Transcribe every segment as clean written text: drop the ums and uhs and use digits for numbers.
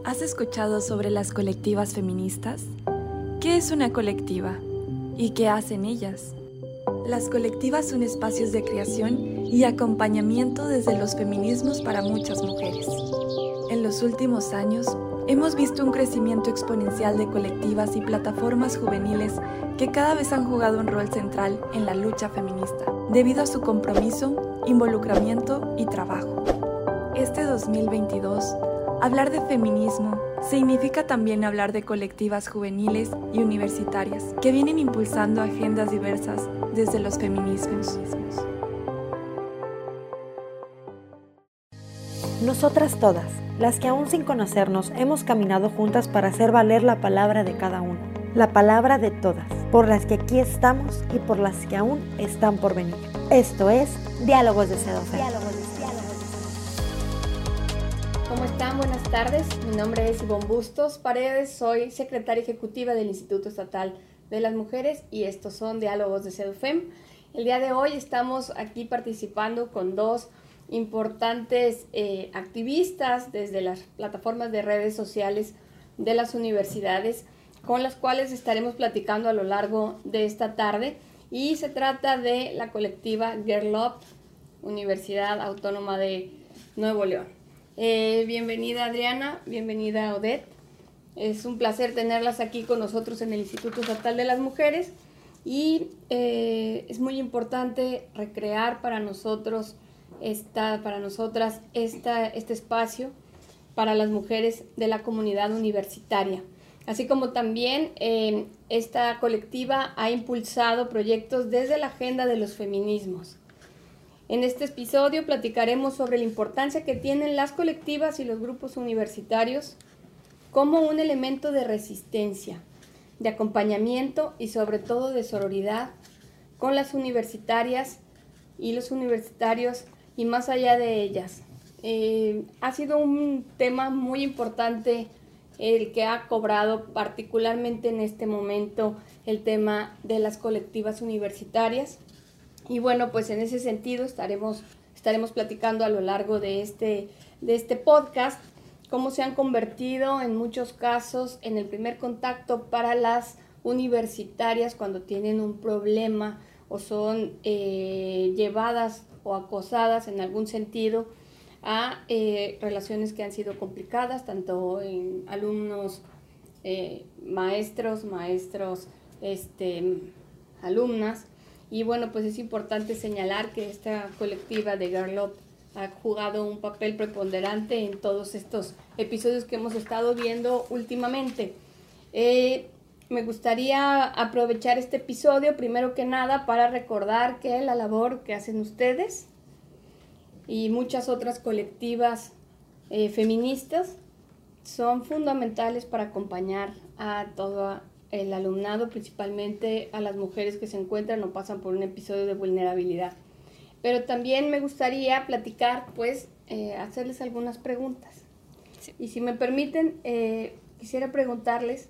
¿Has escuchado sobre las colectivas feministas? ¿Qué es una colectiva? ¿Y qué hacen ellas? Las colectivas son espacios de creación y acompañamiento desde los feminismos para muchas mujeres. En los últimos años, hemos visto un crecimiento exponencial de colectivas y plataformas juveniles que cada vez han jugado un rol central en la lucha feminista, debido a su compromiso, involucramiento y trabajo. Este 2022, hablar de feminismo significa también hablar de colectivas juveniles y universitarias que vienen impulsando agendas diversas desde los feminismos. Nosotras todas, las que aún sin conocernos hemos caminado juntas para hacer valer la palabra de cada una, la palabra de todas, por las que aquí estamos y por las que aún están por venir. Esto es Diálogos de CEDOFEM. ¿Cómo están? Buenas tardes. Mi nombre es Ivonne Bustos Paredes, soy secretaria ejecutiva del Instituto Estatal de las Mujeres y estos son Diálogos de CEDOFEM. El día de hoy estamos aquí participando con dos importantes activistas desde las plataformas de redes sociales de las universidades con las cuales estaremos platicando a lo largo de esta tarde y se trata de la colectiva Girl Up, Universidad Autónoma de Nuevo León. Bienvenida Adriana, bienvenida Odette. Es un placer tenerlas aquí con nosotros en el Instituto Estatal de las Mujeres y es muy importante recrear para nosotras este espacio para las mujeres de la comunidad universitaria. Así como también esta colectiva ha impulsado proyectos desde la agenda de los feminismos. En este episodio platicaremos sobre la importancia que tienen las colectivas y los grupos universitarios como un elemento de resistencia, de acompañamiento y sobre todo de sororidad con las universitarias y los universitarios y más allá de ellas. Ha sido un tema muy importante el que ha cobrado particularmente en este momento el tema de las colectivas universitarias. Y bueno, pues en ese sentido estaremos platicando a lo largo de este podcast cómo se han convertido en muchos casos en el primer contacto para las universitarias cuando tienen un problema o son llevadas o acosadas en algún sentido a relaciones que han sido complicadas, tanto en alumnos, maestros, alumnas. Y bueno, pues es importante señalar que esta colectiva de Girl Up ha jugado un papel preponderante en todos estos episodios que hemos estado viendo últimamente. Me gustaría aprovechar este episodio, primero que nada, para recordar que la labor que hacen ustedes y muchas otras colectivas feministas son fundamentales para acompañar a todo el alumnado, principalmente a las mujeres que se encuentran o pasan por un episodio de vulnerabilidad. Pero también me gustaría platicar, pues, hacerles algunas preguntas. Sí. Y si me permiten, quisiera preguntarles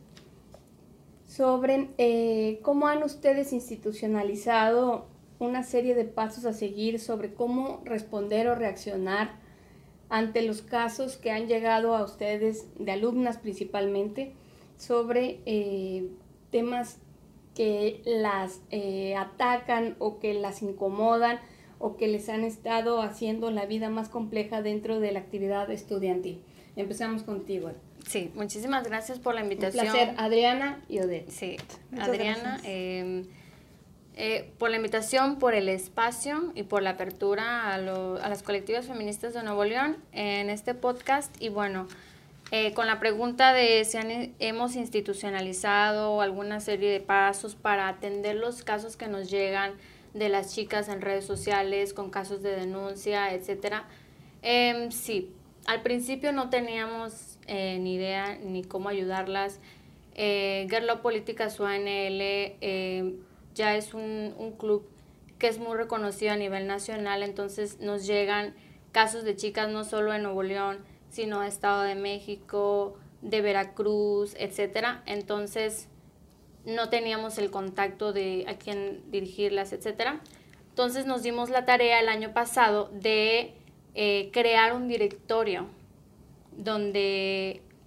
sobre cómo han ustedes institucionalizado una serie de pasos a seguir sobre cómo responder o reaccionar ante los casos que han llegado a ustedes, de alumnas principalmente, sobre temas que las atacan o que las incomodan o que les han estado haciendo la vida más compleja dentro de la actividad estudiantil. Empezamos contigo. Sí, muchísimas gracias por la invitación. Un placer, Adriana y Odette. Sí, Adriana, por la invitación, por el espacio y por la apertura a las colectivas feministas de Nuevo León en este podcast. Y bueno, con la pregunta de si hemos institucionalizado alguna serie de pasos para atender los casos que nos llegan de las chicas en redes sociales con casos de denuncia, etcétera. Sí, al principio no teníamos ni idea ni cómo ayudarlas. Girl Up Políticas UANL ya es un club que es muy reconocido a nivel nacional, entonces nos llegan casos de chicas no solo en Nuevo León, sino de Estado de México, de Veracruz, etcétera. Entonces no teníamos el contacto de a quién dirigirlas, etcétera. Entonces nos dimos la tarea el año pasado de crear un directorio donde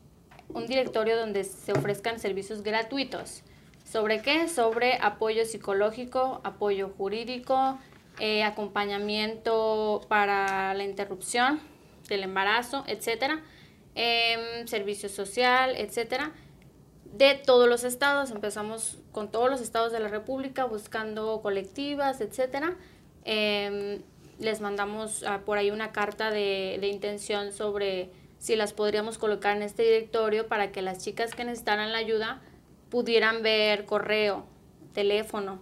un directorio donde se ofrezcan servicios gratuitos. ¿Sobre qué? Sobre apoyo psicológico, apoyo jurídico, acompañamiento para la interrupción del embarazo, etcétera, servicio social, etcétera, de todos los estados. Empezamos con todos los estados de la República buscando colectivas, etcétera. Les mandamos por ahí una carta de intención sobre si las podríamos colocar en este directorio para que las chicas que necesitaran la ayuda pudieran ver correo, teléfono,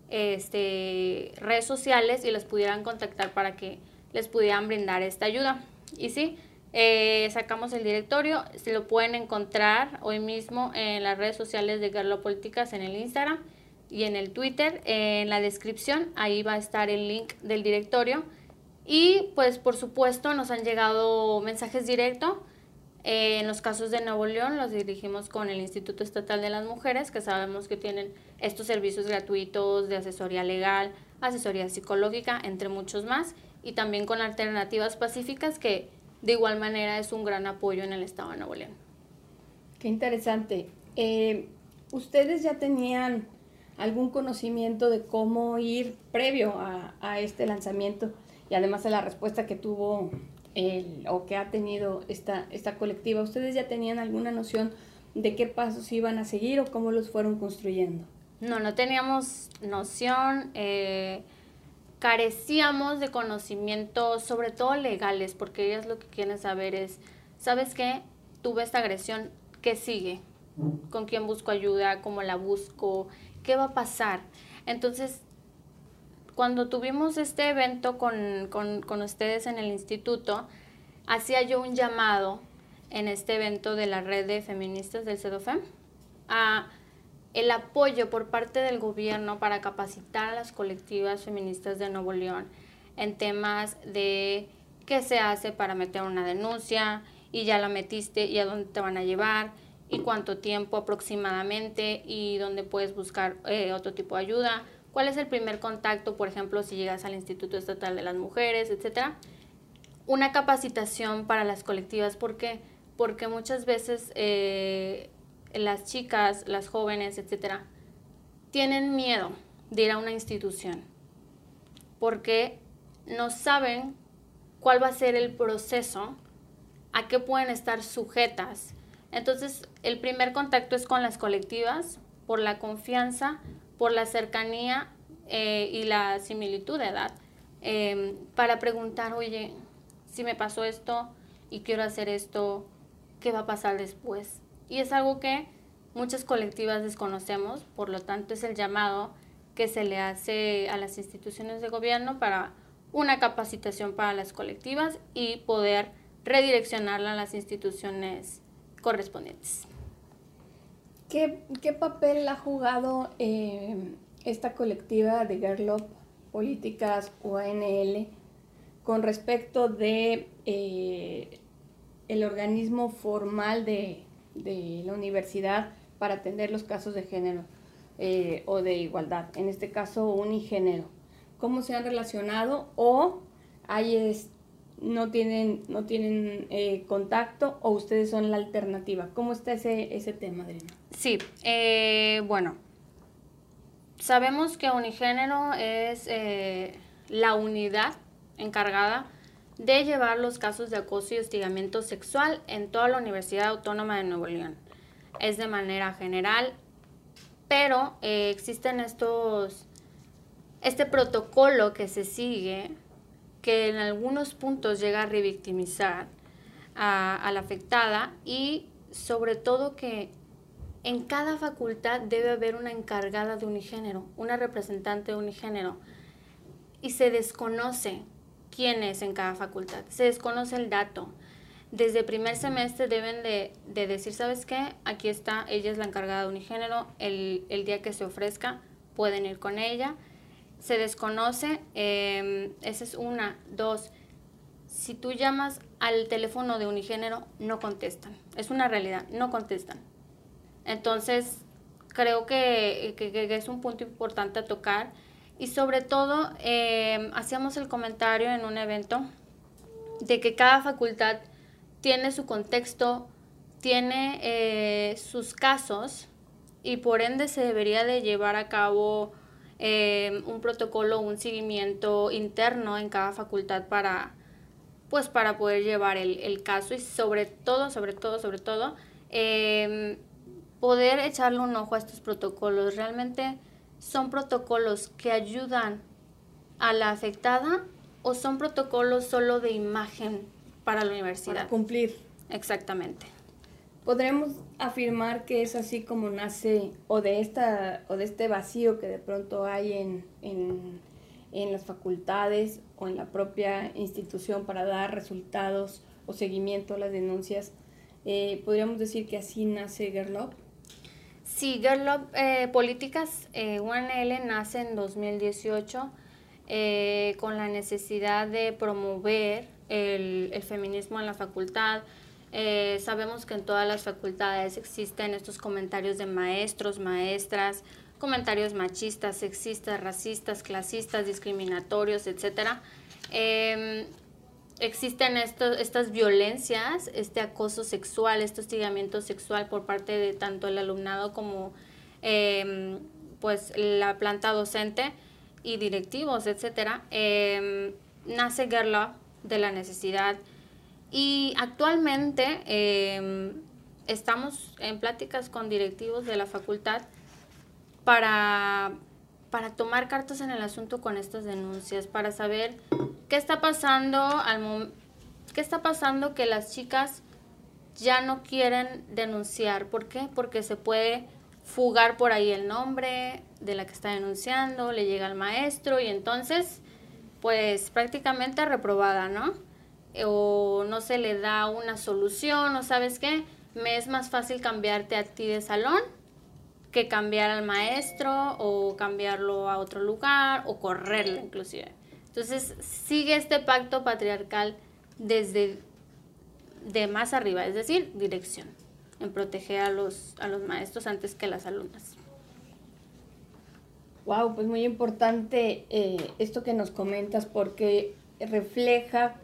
redes sociales y las pudieran contactar para que les pudieran brindar esta ayuda. Y sí, sacamos el directorio, se lo pueden encontrar hoy mismo en las redes sociales de Girl Love Políticas, en el Instagram y en el Twitter. En la descripción ahí va a estar el link del directorio. Y pues por supuesto nos han llegado mensajes directos. En los casos de Nuevo León los dirigimos con el Instituto Estatal de las Mujeres, que sabemos que tienen estos servicios gratuitos de asesoría legal, asesoría psicológica, entre muchos más, y también con Alternativas Pacíficas, que de igual manera es un gran apoyo en el estado de Nuevo León. Qué interesante. ¿Ustedes ya tenían algún conocimiento de cómo ir previo a este lanzamiento y además de la respuesta que tuvo o que ha tenido esta colectiva? ¿Ustedes ya tenían alguna noción de qué pasos iban a seguir o cómo los fueron construyendo? No teníamos noción, carecíamos de conocimientos, sobre todo legales, porque ellas lo que quieren saber es, ¿sabes qué? Tuve esta agresión, ¿qué sigue? ¿Con quién busco ayuda? ¿Cómo la busco? ¿Qué va a pasar? Entonces, cuando tuvimos este evento con ustedes en el instituto, hacía yo un llamado en este evento de la red de feministas del CEDOFEM a el apoyo por parte del gobierno para capacitar a las colectivas feministas de Nuevo León en temas de qué se hace para meter una denuncia, y ya la metiste, y a dónde te van a llevar, y cuánto tiempo aproximadamente, y dónde puedes buscar otro tipo de ayuda. ¿Cuál es el primer contacto, por ejemplo, si llegas al Instituto Estatal de las Mujeres, etcétera? Una capacitación para las colectivas. ¿Por qué? Porque muchas veces las chicas, las jóvenes, etcétera, tienen miedo de ir a una institución porque no saben cuál va a ser el proceso, a qué pueden estar sujetas. Entonces, el primer contacto es con las colectivas por la confianza, por la cercanía y la similitud de edad, para preguntar, oye, si me pasó esto y quiero hacer esto, ¿qué va a pasar después? Y es algo que muchas colectivas desconocemos, por lo tanto es el llamado que se le hace a las instituciones de gobierno para una capacitación para las colectivas y poder redireccionarla a las instituciones correspondientes. ¿Qué papel ha jugado esta colectiva de Girl Love Políticas UANL con respecto de el organismo formal de la universidad para atender los casos de género o de igualdad, en este caso unigénero? ¿Cómo se han relacionado o no tienen contacto o ustedes son la alternativa? ¿Cómo está ese tema, Adriana? Sí, bueno, sabemos que unigénero es la unidad encargada de llevar los casos de acoso y hostigamiento sexual en toda la Universidad Autónoma de Nuevo León. Es de manera general, pero existen este protocolo que se sigue, que en algunos puntos llega a revictimizar a la afectada, y sobre todo que en cada facultad debe haber una encargada de unigénero, una representante de unigénero, y se desconoce quién es en cada facultad, se desconoce el dato. Desde primer semestre deben de decir, ¿sabes qué? Aquí está, ella es la encargada de unigénero, el día que se ofrezca pueden ir con ella. Se desconoce, esa es una. Dos, si tú llamas al teléfono de unigénero, no contestan, es una realidad, no contestan. Entonces, creo que es un punto importante a tocar. Y sobre todo, hacíamos el comentario en un evento de que cada facultad tiene su contexto, tiene sus casos y por ende se debería de llevar a cabo un protocolo, un seguimiento interno en cada facultad para poder llevar el caso y sobre todo, poder echarle un ojo a estos protocolos. ¿Realmente son protocolos que ayudan a la afectada o son protocolos solo de imagen para la universidad? Para cumplir. Exactamente. ¿Podremos afirmar que es así como nace o de este vacío que de pronto hay en las facultades o en la propia institución para dar resultados o seguimiento a las denuncias? ¿Podríamos decir que así nace Girl Up? Sí, Girl Up Políticas UNL nace en 2018 con la necesidad de promover el feminismo en la facultad. Sabemos que en todas las facultades existen estos comentarios de maestros, maestras, comentarios machistas, sexistas, racistas, clasistas, discriminatorios, etcétera. Existen estas violencias, este acoso sexual, este hostigamiento sexual por parte de tanto el alumnado como la planta docente y directivos, etcétera. Nace Girl Up de la necesidad. Y actualmente estamos en pláticas con directivos de la facultad para tomar cartas en el asunto con estas denuncias, para saber qué está pasando que las chicas ya no quieren denunciar. ¿Por qué? Porque se puede fugar por ahí el nombre de la que está denunciando, le llega al maestro y entonces pues prácticamente reprobada, ¿no? O no se le da una solución, o ¿sabes qué? Me es más fácil cambiarte a ti de salón que cambiar al maestro o cambiarlo a otro lugar o correrlo inclusive. Entonces sigue este pacto patriarcal desde de más arriba, es decir, dirección, en proteger a los maestros antes que a las alumnas. Wow, pues muy importante esto que nos comentas porque refleja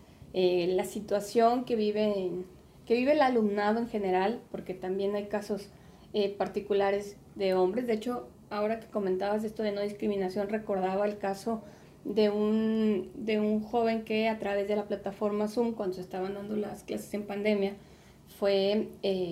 la situación que vive el alumnado en general, porque también hay casos particulares de hombres. De hecho, ahora que comentabas esto de no discriminación, recordaba el caso de un joven que a través de la plataforma Zoom, cuando se estaban dando las clases en pandemia, fue,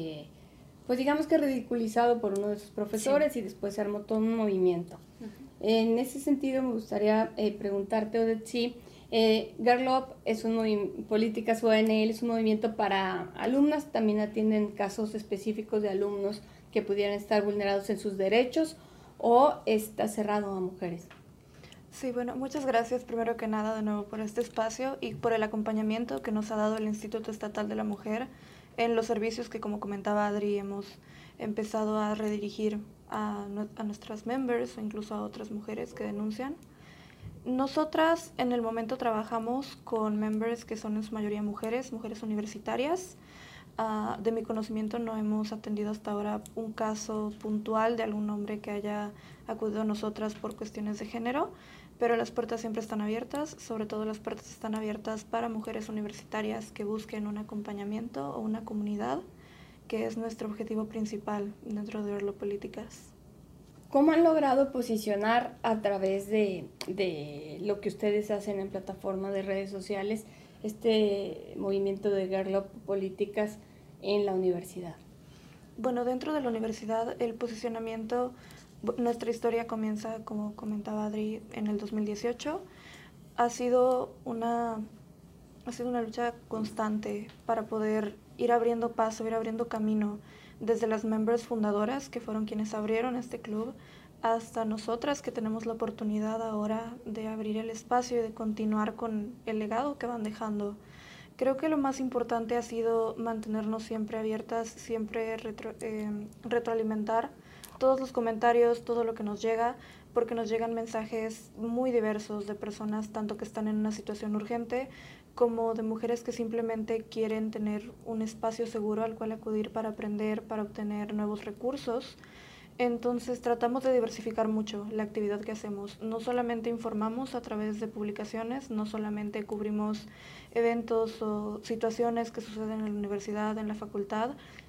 pues digamos que ridiculizado por uno de sus profesores, sí. Y después se armó todo un movimiento. En ese sentido me gustaría preguntarte, Odette, si Girl Up es Políticas UNL es un movimiento para alumnas, también atienden casos específicos de alumnos que pudieran estar vulnerados en sus derechos, o está cerrado a mujeres. Sí, bueno, muchas gracias primero que nada de nuevo por este espacio y por el acompañamiento que nos ha dado el Instituto Estatal de la Mujer en los servicios que, como comentaba Adri, hemos empezado a redirigir a nuestras members o incluso a otras mujeres que denuncian. Nosotras en el momento trabajamos con members que son en su mayoría mujeres universitarias. De mi conocimiento no hemos atendido hasta ahora un caso puntual de algún hombre que haya acudido a nosotras por cuestiones de género, pero las puertas siempre están abiertas, sobre todo las puertas están abiertas para mujeres universitarias que busquen un acompañamiento o una comunidad, que es nuestro objetivo principal dentro de Girl Up Políticas. ¿Cómo han logrado posicionar a través de lo que ustedes hacen en plataformas de redes sociales este movimiento de Girl Up Políticas en la universidad? Bueno, dentro de la universidad el posicionamiento, nuestra historia comienza, como comentaba Adri, en el 2018. Ha sido una lucha constante para poder ir abriendo paso, ir abriendo camino, desde las members fundadoras, que fueron quienes abrieron este club, hasta nosotras que tenemos la oportunidad ahora de abrir el espacio y de continuar con el legado que van dejando. Creo que lo más importante ha sido mantenernos siempre abiertas, siempre retroalimentar todos los comentarios, todo lo que nos llega, porque nos llegan mensajes muy diversos de personas tanto que están en una situación urgente como de mujeres que simplemente quieren tener un espacio seguro al cual acudir para aprender, para obtener nuevos recursos. Entonces tratamos de diversificar mucho la actividad que hacemos. No solamente informamos a través de publicaciones, no solamente cubrimos eventos o situaciones que suceden en la universidad, en la facultad,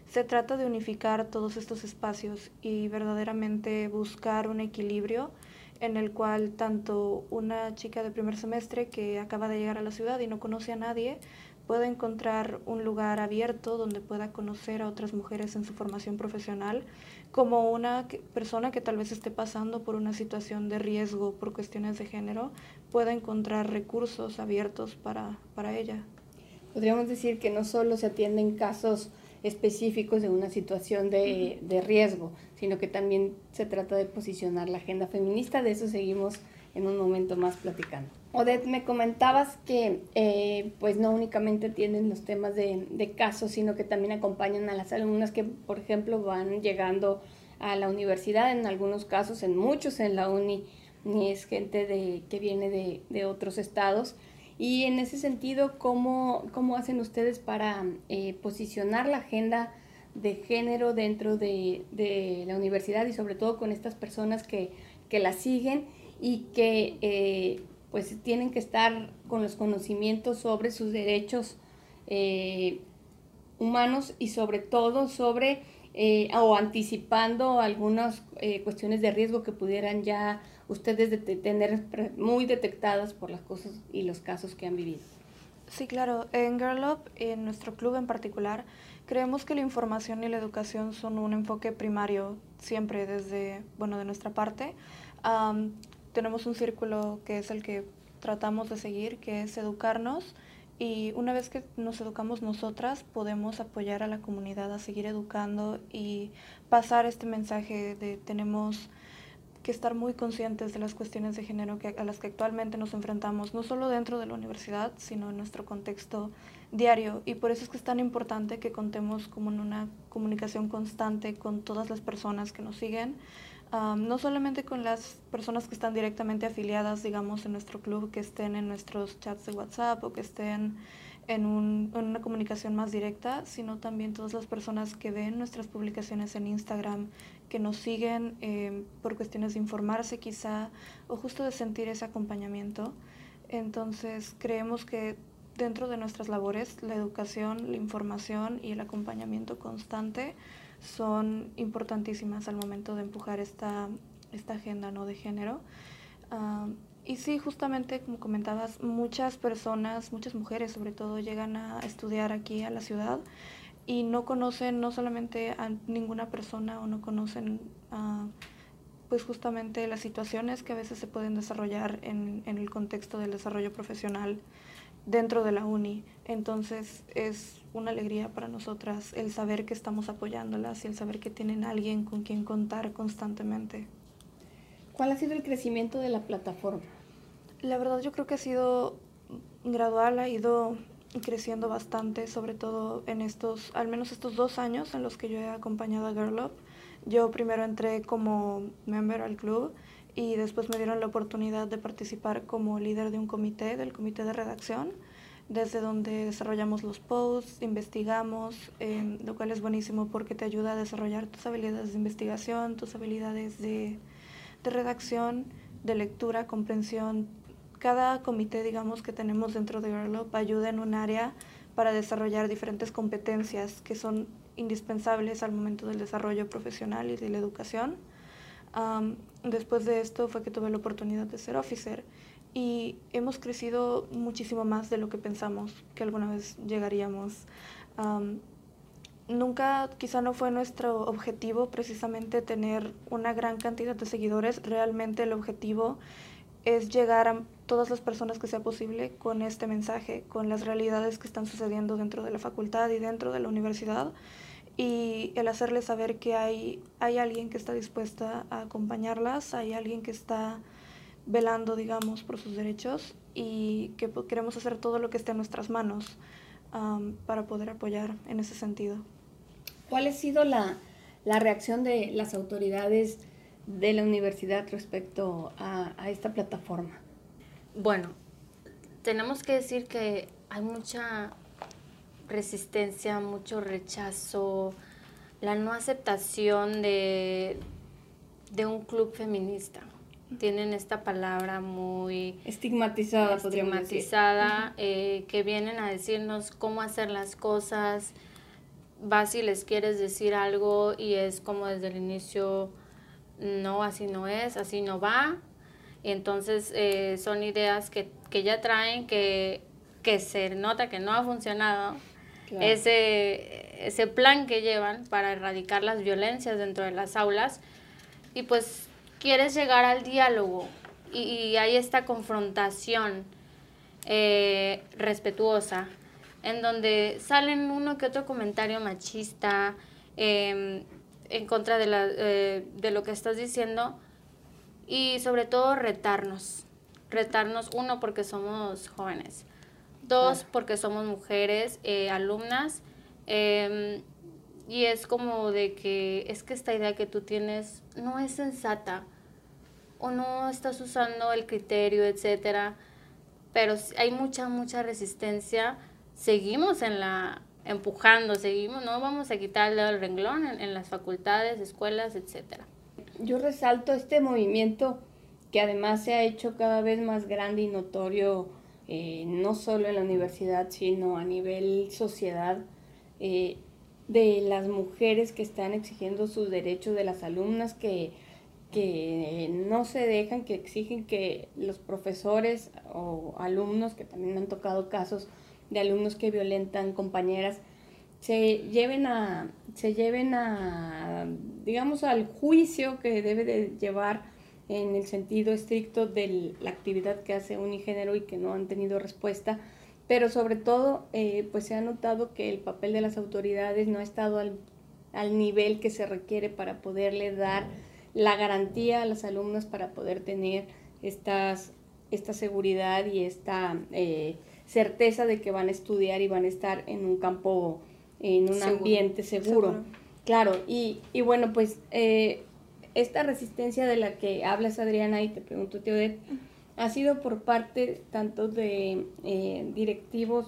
Se trata de unificar todos estos espacios y verdaderamente buscar un equilibrio en el cual tanto una chica de primer semestre que acaba de llegar a la ciudad y no conoce a nadie pueda encontrar un lugar abierto donde pueda conocer a otras mujeres en su formación profesional, como una persona que tal vez esté pasando por una situación de riesgo por cuestiones de género, pueda encontrar recursos abiertos para ella. Podríamos decir que no solo se atienden casos específicos de una situación de riesgo, sino que también se trata de posicionar la agenda feminista. De eso seguimos en un momento más platicando. Odette, me comentabas que pues no únicamente atienden los temas de casos, sino que también acompañan a las alumnas que, por ejemplo, van llegando a la universidad, en algunos casos, en muchos en la uni, ni es gente que viene de otros estados. Y en ese sentido, ¿cómo hacen ustedes para posicionar la agenda de género dentro de la universidad y sobre todo con estas personas que la siguen y que pues tienen que estar con los conocimientos sobre sus derechos humanos y sobre todo sobre o anticipando algunas cuestiones de riesgo que pudieran ya ustedes tener muy detectadas por las cosas y los casos que han vivido? Sí, claro. En Girl Up, en nuestro club en particular, creemos que la información y la educación son un enfoque primario siempre desde, de nuestra parte. Tenemos un círculo que es el que tratamos de seguir, que es educarnos, y una vez que nos educamos nosotras, podemos apoyar a la comunidad a seguir educando y pasar este mensaje de tenemos que estar muy conscientes de las cuestiones de género a las que actualmente nos enfrentamos, no solo dentro de la universidad, sino en nuestro contexto diario. Y por eso es que es tan importante que contemos como en una comunicación constante con todas las personas que nos siguen, no solamente con las personas que están directamente afiliadas, digamos, en nuestro club, que estén en nuestros chats de WhatsApp o que estén en una comunicación más directa, sino también todas las personas que ven nuestras publicaciones en Instagram, que nos siguen por cuestiones de informarse quizá, o justo de sentir ese acompañamiento. Entonces creemos que dentro de nuestras labores, la educación, la información y el acompañamiento constante son importantísimas al momento de empujar esta agenda, ¿no?, de género. Y sí, justamente como comentabas, muchas personas, muchas mujeres sobre todo, llegan a estudiar aquí a la ciudad y no conocen no solamente a ninguna persona o no conocen pues justamente las situaciones que a veces se pueden desarrollar en el contexto del desarrollo profesional dentro de la uni. Entonces es una alegría para nosotras el saber que estamos apoyándolas y el saber que tienen alguien con quien contar constantemente. ¿Cuál ha sido el crecimiento de la plataforma? La verdad yo creo que ha sido gradual, ha ido creciendo bastante, sobre todo en al menos estos 2 años en los que yo he acompañado a Girl Up. Yo primero entré como member al club y después me dieron la oportunidad de participar como líder de un comité, del comité de redacción, desde donde desarrollamos los posts, investigamos, lo cual es buenísimo porque te ayuda a desarrollar tus habilidades de investigación, tus habilidades de redacción, de lectura, comprensión. Cada comité, digamos, que tenemos dentro de Girl Up ayuda en un área para desarrollar diferentes competencias que son indispensables al momento del desarrollo profesional y de la educación. Después de esto fue que tuve la oportunidad de ser officer y hemos crecido muchísimo más de lo que pensamos que alguna vez llegaríamos. Nunca, quizá no fue nuestro objetivo precisamente tener una gran cantidad de seguidores. Realmente el objetivo es llegar a todas las personas que sea posible con este mensaje, con las realidades que están sucediendo dentro de la facultad y dentro de la universidad, y el hacerles saber que hay alguien que está dispuesta a acompañarlas, hay alguien que está velando, digamos, por sus derechos y que queremos hacer todo lo que esté en nuestras manos para poder apoyar en ese sentido. ¿Cuál ha sido la reacción de las autoridades de la universidad respecto a esta plataforma? Bueno, tenemos que decir que hay mucha resistencia, mucho rechazo, la no aceptación de un club feminista. Tienen esta palabra muy estigmatizada, que vienen a decirnos cómo hacer las cosas. vas y les quieres decir algo y es como desde el inicio, no, así no es, así no va. Y entonces son ideas que ya traen, que se nota que no ha funcionado. Claro. Ese plan que llevan para erradicar las violencias dentro de las aulas, y pues quieres llegar al diálogo y hay esta confrontación respetuosa, en donde salen uno que otro comentario machista en contra de lo que estás diciendo, y sobre todo retarnos, uno, porque somos jóvenes, dos, claro, porque somos mujeres, alumnas, y es como de que es que esta idea que tú tienes no es sensata, o no estás usando el criterio, etcétera, pero hay mucha resistencia. Seguimos empujando, no vamos a quitarle el renglón en las facultades, escuelas, etcétera. Yo resalto este movimiento que además se ha hecho cada vez más grande y notorio, no solo en la universidad, sino a nivel sociedad, de las mujeres que están exigiendo sus derechos, de las alumnas que no se dejan, que exigen que los profesores o alumnos, que también me han tocado casos de alumnos que violentan compañeras, se lleven a, digamos, al juicio que debe de llevar en el sentido estricto de la actividad que hace Unigénero y que no han tenido respuesta. Pero sobre todo, pues se ha notado que el papel de las autoridades no ha estado al nivel que se requiere para poderle dar la garantía a las alumnas para poder tener esta seguridad y esta certeza de que van a estudiar y van a estar en un campo, en un ambiente seguro. Claro, y bueno, pues esta resistencia de la que hablas, Adriana, y te pregunto, Teodet, ha sido por parte tanto de directivos,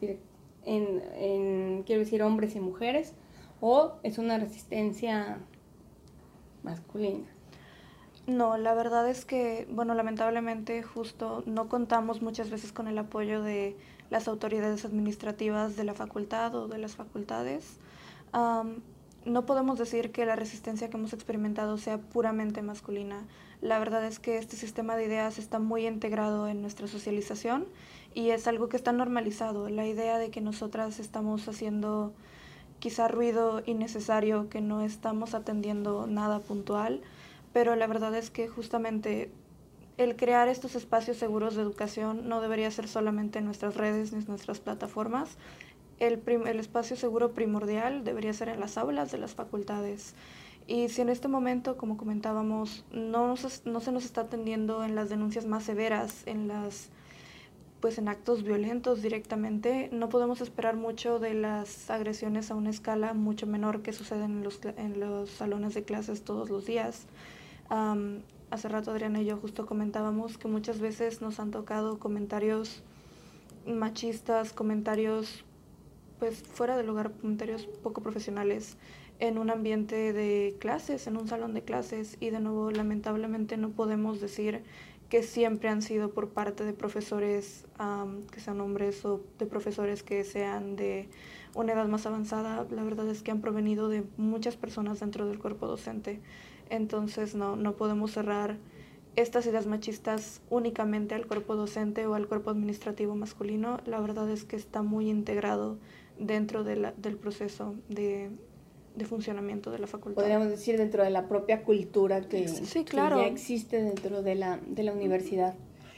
quiero decir, hombres y mujeres, o es una resistencia masculina? No, la verdad es que, bueno, lamentablemente justo no contamos muchas veces con el apoyo de las autoridades administrativas de la facultad o de las facultades. No podemos decir que la resistencia que hemos experimentado sea puramente masculina. La verdad es que este sistema de ideas está muy integrado en nuestra socialización y es algo que está normalizado. La idea de que nosotras estamos haciendo quizá ruido innecesario, que no estamos atendiendo nada puntual, pero la verdad es que justamente el crear estos espacios seguros de educación no debería ser solamente en nuestras redes ni en nuestras plataformas. El espacio seguro primordial debería ser en las aulas de las facultades. Y si en este momento, como comentábamos, no se nos está atendiendo en las denuncias más severas, en actos violentos directamente, no podemos esperar mucho de las agresiones a una escala mucho menor que suceden en los salones de clases todos los días. Hace rato Adriana y yo justo comentábamos que muchas veces nos han tocado comentarios machistas, comentarios pues fuera del lugar, comentarios poco profesionales en un ambiente de clases, en un salón de clases, y de nuevo lamentablemente no podemos decir que siempre han sido por parte de profesores que sean hombres o de profesores que sean de una edad más avanzada. La verdad es que han provenido de muchas personas dentro del cuerpo docente. Entonces no podemos cerrar estas ideas machistas únicamente al cuerpo docente o al cuerpo administrativo masculino. La verdad es que está muy integrado dentro del proceso de funcionamiento de la facultad. Podríamos decir dentro de la propia cultura que, sí, claro, que ya existe dentro de la universidad.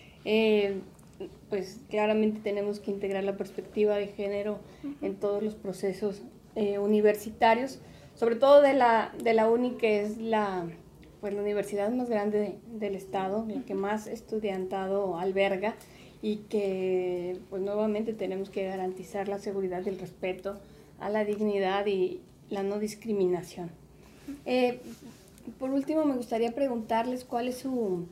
Pues claramente tenemos que integrar la perspectiva de género en todos los procesos universitarios, sobre todo de la UNI, que es la universidad más grande del estado, la que más estudiantado alberga, y que pues nuevamente tenemos que garantizar la seguridad y el respeto a la dignidad y la no discriminación. Por último, me gustaría preguntarles cuál es su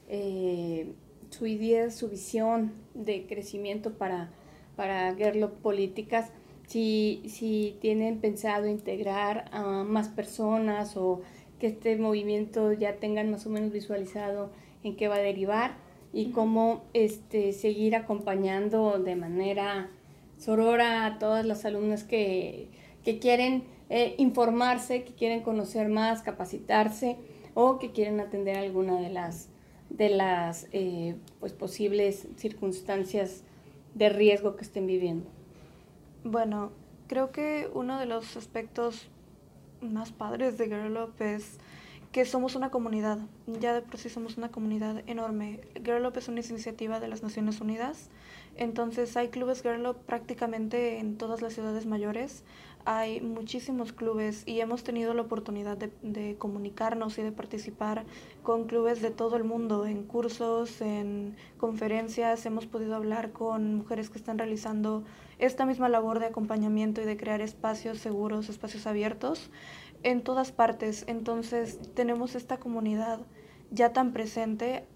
idea, su visión de crecimiento para Gerlo Políticas, si tienen pensado integrar a más personas o que este movimiento ya tengan más o menos visualizado en qué va a derivar y cómo seguir acompañando de manera sorora a todas las alumnas que que quieren informarse, que quieren conocer más, capacitarse o que quieren atender alguna de las pues posibles circunstancias de riesgo que estén viviendo? Bueno, creo que uno de los aspectos más padres de Girl Up es que somos una comunidad. Ya de por sí somos una comunidad enorme. Girl Up es una iniciativa de las Naciones Unidas. Entonces hay clubes Girl Up prácticamente en todas las ciudades mayores. Hay muchísimos clubes y hemos tenido la oportunidad de comunicarnos y de participar con clubes de todo el mundo, en cursos, en conferencias. Hemos podido hablar con mujeres que están realizando esta misma labor de acompañamiento y de crear espacios seguros, espacios abiertos en todas partes. Entonces tenemos esta comunidad ya tan presente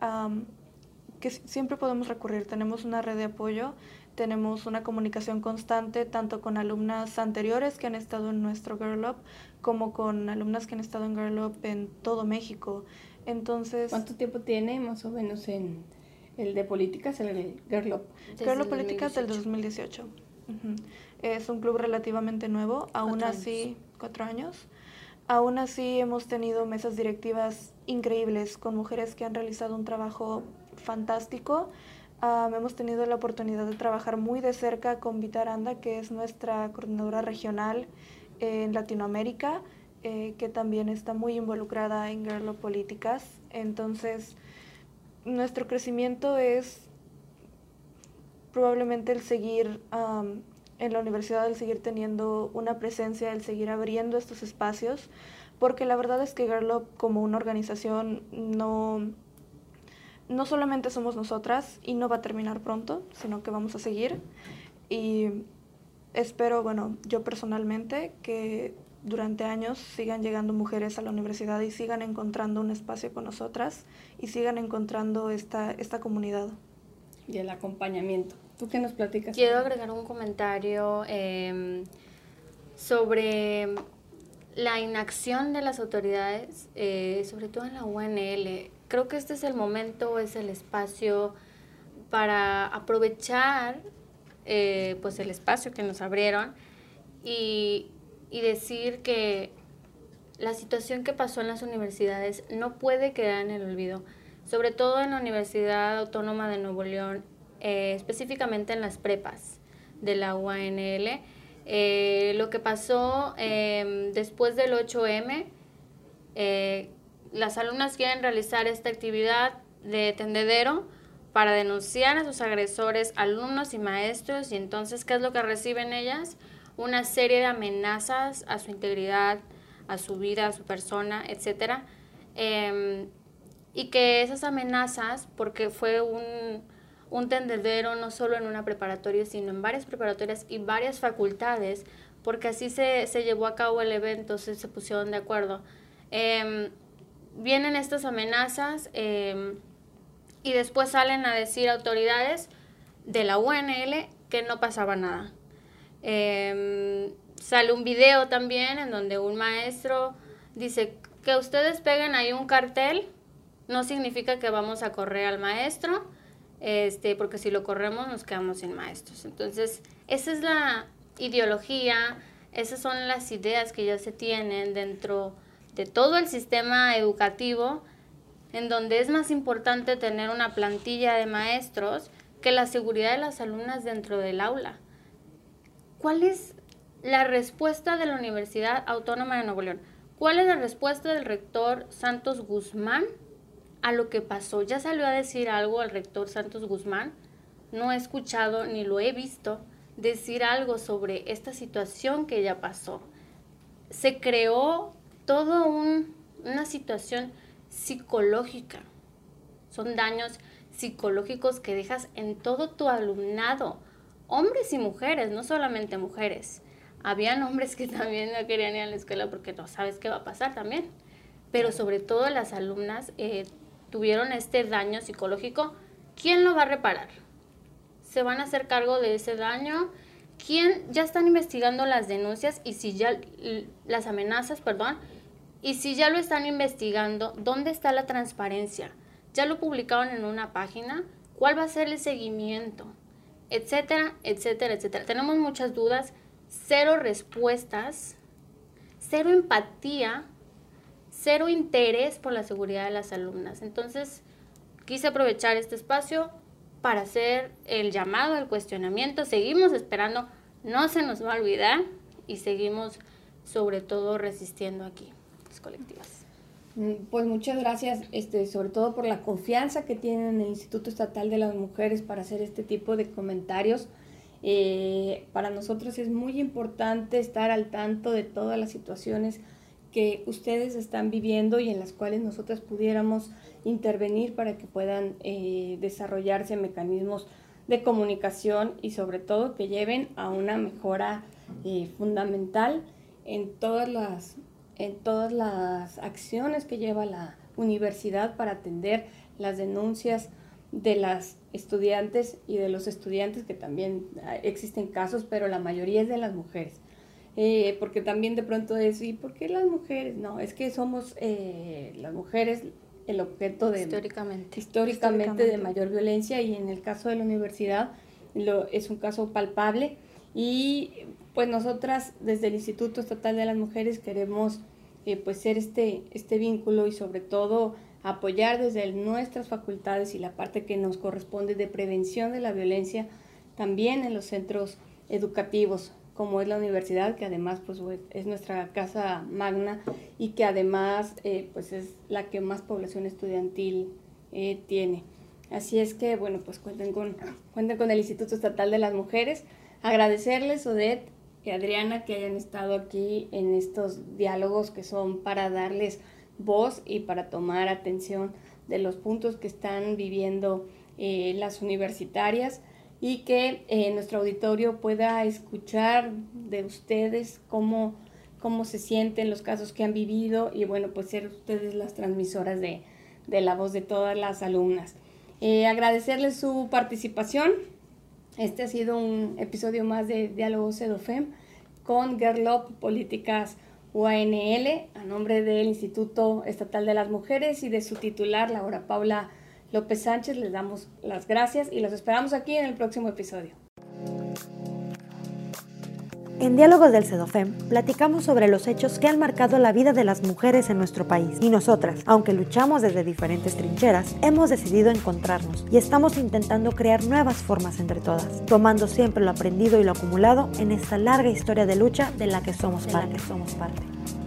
que siempre podemos recurrir. Tenemos una red de apoyo, tenemos una comunicación constante tanto con alumnas anteriores que han estado en nuestro Girl Up como con alumnas que han estado en Girl Up en todo México. Entonces, ¿cuánto tiempo tiene más o menos en el de políticas, el Girl Up? Girl Up Políticas del 2018. Es un club relativamente nuevo, aún así, 4 años. Aún así hemos tenido mesas directivas increíbles con mujeres que han realizado un trabajo fantástico. Hemos tenido la oportunidad de trabajar muy de cerca con Vita Aranda, que es nuestra coordinadora regional en Latinoamérica, que también está muy involucrada en Girl Up Políticas. Entonces, nuestro crecimiento es probablemente el seguir en la universidad, el seguir teniendo una presencia, el seguir abriendo estos espacios, porque la verdad es que Girl Up como una organización no solamente somos nosotras y no va a terminar pronto, sino que vamos a seguir. Y espero, bueno, yo personalmente, que durante años sigan llegando mujeres a la universidad y sigan encontrando un espacio con nosotras y sigan encontrando esta comunidad. Y el acompañamiento. ¿Tú qué nos platicas? Quiero agregar un comentario sobre la inacción de las autoridades, sobre todo en la UNL. Creo que este es el momento, es el espacio para aprovechar pues el espacio que nos abrieron y decir que la situación que pasó en las universidades no puede quedar en el olvido, sobre todo en la Universidad Autónoma de Nuevo León, específicamente en las prepas de la UANL. Lo que pasó después del 8M, las alumnas quieren realizar esta actividad de tendedero para denunciar a sus agresores, alumnos y maestros, y entonces, ¿qué es lo que reciben ellas? Una serie de amenazas a su integridad, a su vida, a su persona, etcétera. Y que esas amenazas, porque fue un tendedero no solo en una preparatoria, sino en varias preparatorias y varias facultades, porque así se llevó a cabo el evento, se pusieron de acuerdo. Vienen estas amenazas y después salen a decir autoridades de la UNL que no pasaba nada. Sale un video también en donde un maestro dice que ustedes peguen ahí un cartel no significa que vamos a correr al maestro, porque si lo corremos nos quedamos sin maestros. Entonces, esa es la ideología, esas son las ideas que ya se tienen dentro de todo el sistema educativo, en donde es más importante tener una plantilla de maestros que la seguridad de las alumnas dentro del aula. ¿Cuál es la respuesta de la Universidad Autónoma de Nuevo León? ¿Cuál es la respuesta del rector Santos Guzmán a lo que pasó? ¿Ya salió a decir algo el rector Santos Guzmán? No he escuchado ni lo he visto decir algo sobre esta situación que ya pasó. Se creó toda una situación psicológica. Son daños psicológicos que dejas en todo tu alumnado, hombres y mujeres, no solamente mujeres. Habían hombres que también no querían ir a la escuela porque no sabes qué va a pasar también. Pero sobre todo las alumnas tuvieron este daño psicológico. ¿Quién lo va a reparar? ¿Se van a hacer cargo de ese daño? ¿Quién? Ya están investigando las denuncias y si ya las amenazas, y si ya lo están investigando, ¿dónde está la transparencia? ¿Ya lo publicaron en una página? ¿Cuál va a ser el seguimiento? Etcétera, etcétera, etcétera. Tenemos muchas dudas. cero respuestas, cero empatía, cero interés por la seguridad de las alumnas. Entonces, quise aprovechar este espacio para hacer el llamado, el cuestionamiento. Seguimos esperando, no se nos va a olvidar y seguimos sobre todo resistiendo aquí, las colectivas. Pues muchas gracias, sobre todo por la confianza que tienen en el Instituto Estatal de las Mujeres para hacer este tipo de comentarios. Para nosotros es muy importante estar al tanto de todas las situaciones que ustedes están viviendo y en las cuales nosotras pudiéramos intervenir para que puedan desarrollarse mecanismos de comunicación y sobre todo que lleven a una mejora fundamental en todas las acciones que lleva la universidad para atender las denuncias de las estudiantes y de los estudiantes, que también existen casos, pero la mayoría es de las mujeres. Porque también de pronto es, ¿y por qué las mujeres? No, es que somos las mujeres el objeto de históricamente de mayor violencia, y en el caso de la universidad es un caso palpable, y pues nosotras desde el Instituto Estatal de las Mujeres queremos pues ser este vínculo y sobre todo apoyar desde nuestras facultades y la parte que nos corresponde de prevención de la violencia también en los centros educativos, como es la universidad, que además pues es nuestra casa magna y que además pues es la que más población estudiantil tiene. Así es que bueno, pues cuenten con el Instituto Estatal de las Mujeres. Agradecerles, Odette y Adriana, que hayan estado aquí en estos diálogos que son para darles voz y para tomar atención de los puntos que están viviendo las universitarias, y que nuestro auditorio pueda escuchar de ustedes cómo se sienten los casos que han vivido y bueno, pues ser ustedes las transmisoras de la voz de todas las alumnas. Agradecerles su participación. Este ha sido un episodio más de Diálogo CEDOFEM con GIRLOB Políticas UANL, a nombre del Instituto Estatal de las Mujeres y de su titular, Laura Paula López Sánchez. Les damos las gracias y los esperamos aquí en el próximo episodio. En Diálogos del CEDOFEM platicamos sobre los hechos que han marcado la vida de las mujeres en nuestro país. Y nosotras, aunque luchamos desde diferentes trincheras, hemos decidido encontrarnos y estamos intentando crear nuevas formas entre todas, tomando siempre lo aprendido y lo acumulado en esta larga historia de lucha de la que somos parte.